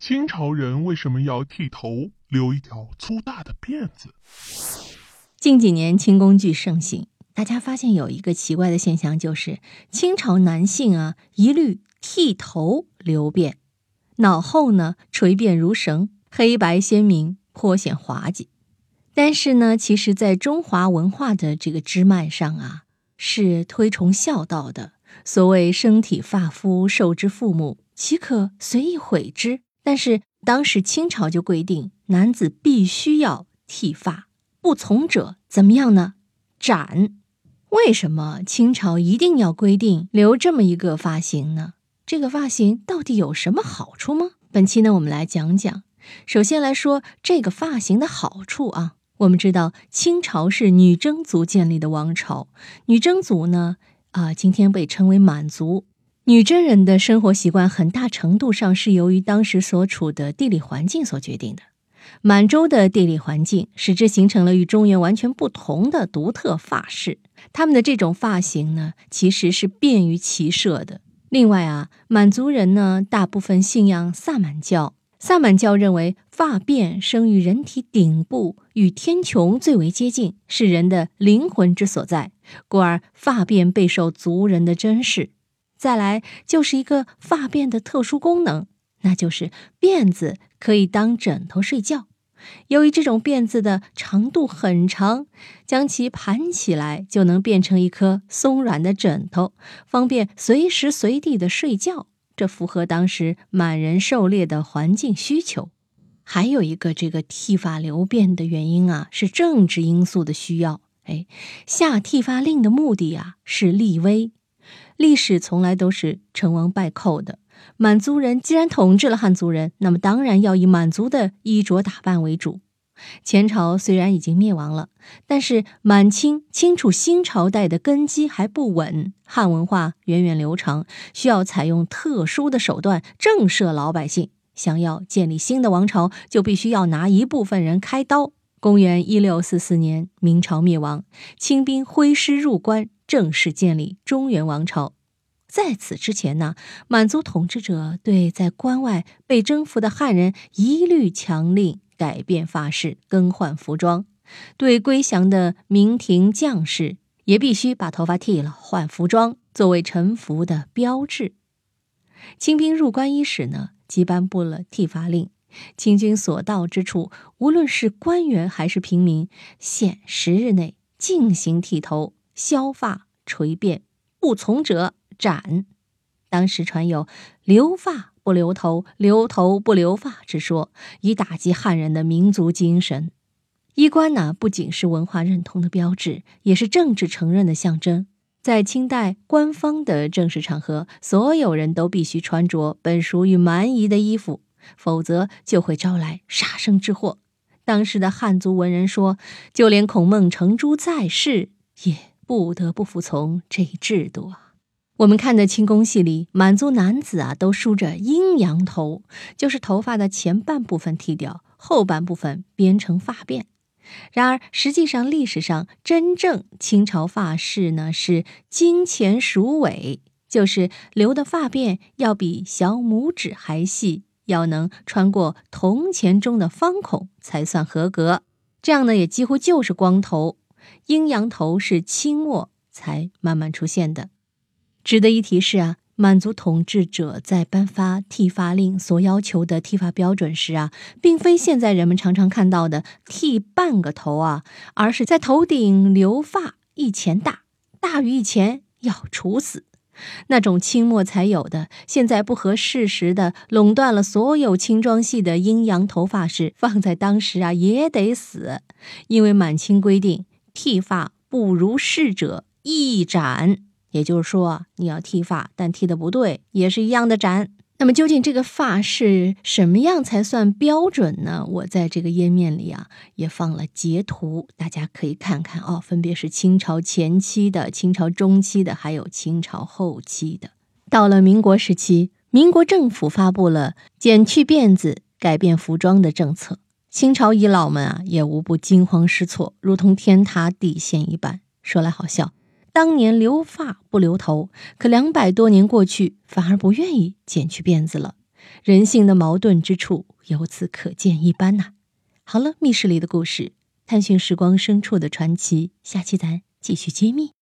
清朝人为什么要剃头，留一条粗大的辫子？ 近几年清宫剧盛行，大家发现有一个奇怪的现象，就是清朝男性啊，一律剃头留辫，脑后呢垂辫如绳，黑白鲜明，颇显滑稽。但是呢，其实在中华文化的这个支脉上啊，是推崇孝道的。所谓身体发肤，受之父母，岂可随意毁之？但是当时清朝就规定，男子必须要剃发，不从者怎么样呢？斩。为什么清朝一定要规定留这么一个发型呢？这个发型到底有什么好处吗？本期呢，我们来讲讲。首先来说这个发型的好处啊。我们知道清朝是女真族建立的王朝，女真族呢今天被称为满族。女真人的生活习惯很大程度上是由于当时所处的地理环境所决定的。满洲的地理环境使之形成了与中原完全不同的独特发式，他们的这种发型呢，其实是便于骑射的。另外啊，满族人呢，大部分信仰萨满教，萨满教认为发辫生于人体顶部，与天穹最为接近，是人的灵魂之所在，故而发辫备受族人的珍视。再来就是一个发辫的特殊功能，那就是辫子可以当枕头睡觉。由于这种辫子的长度很长，将其盘起来就能变成一颗松软的枕头，方便随时随地的睡觉，这符合当时满人狩猎的环境需求。还有一个这个剃发留辫的原因啊，是政治因素的需要。下剃发令的目的啊，是立威。历史从来都是成王败寇的，满族人既然统治了汉族人，那么当然要以满族的衣着打扮为主。前朝虽然已经灭亡了，但是满清、清楚新朝代的根基还不稳，汉文化源远流长，需要采用特殊的手段震慑老百姓。想要建立新的王朝，就必须要拿一部分人开刀。公元1644年，明朝灭亡，清兵挥师入关，正式建立中原王朝。在此之前呢，满族统治者对在关外被征服的汉人一律强令改变发式，更换服装。对归降的明廷将士也必须把头发剃了，换服装，作为臣服的标志。清兵入关伊始呢，即颁布了剃发令，清军所到之处，无论是官员还是平民，限10日内进行剃头、削发、垂辫，不从者斩。当时传有留发不留头，留头不留发之说，以打击汉人的民族精神。衣冠呢，不仅是文化认同的标志，也是政治承认的象征。在清代官方的正式场合，所有人都必须穿着本属于蛮夷的衣服，否则就会招来杀身之祸。当时的汉族文人说，就连孔孟程朱在世，也不得不服从这一制度啊。我们看的清宫戏里，满族男子啊都梳着阴阳头，就是头发的前半部分剃掉，后半部分编成发辫。然而实际上历史上真正清朝发式呢是襟前鼠尾，就是留的发辫要比小拇指还细，要能穿过铜钱中的方孔才算合格。这样呢也几乎就是光头。阴阳头是清末才慢慢出现的。值得一提是啊，满族统治者在颁发剃发令所要求的剃发标准时啊，并非现在人们常常看到的剃半个头啊，而是在头顶留发1钱大，大于1钱要处死。那种清末才有的，现在不合事实的垄断了所有清装戏的阴阳头发式，放在当时啊也得死。因为满清规定，剃发不如是者一斩。也就是说，你要剃发，但剃得不对，也是一样的斩。那么究竟这个发式什么样才算标准呢？我在这个页面里啊也放了截图，大家可以看看哦，分别是清朝前期的、清朝中期的，还有清朝后期的。到了民国时期，民国政府发布了剪去辫子、改变服装的政策，清朝遗老们啊也无不惊慌失措，如同天塌地陷一般。说来好笑，当年留发不留头，可200多年过去，反而不愿意剪去辫子了。 人性的矛盾之处由此可见一斑呐。好了，密室里的故事，探寻时光深处的传奇，下期咱继续揭秘。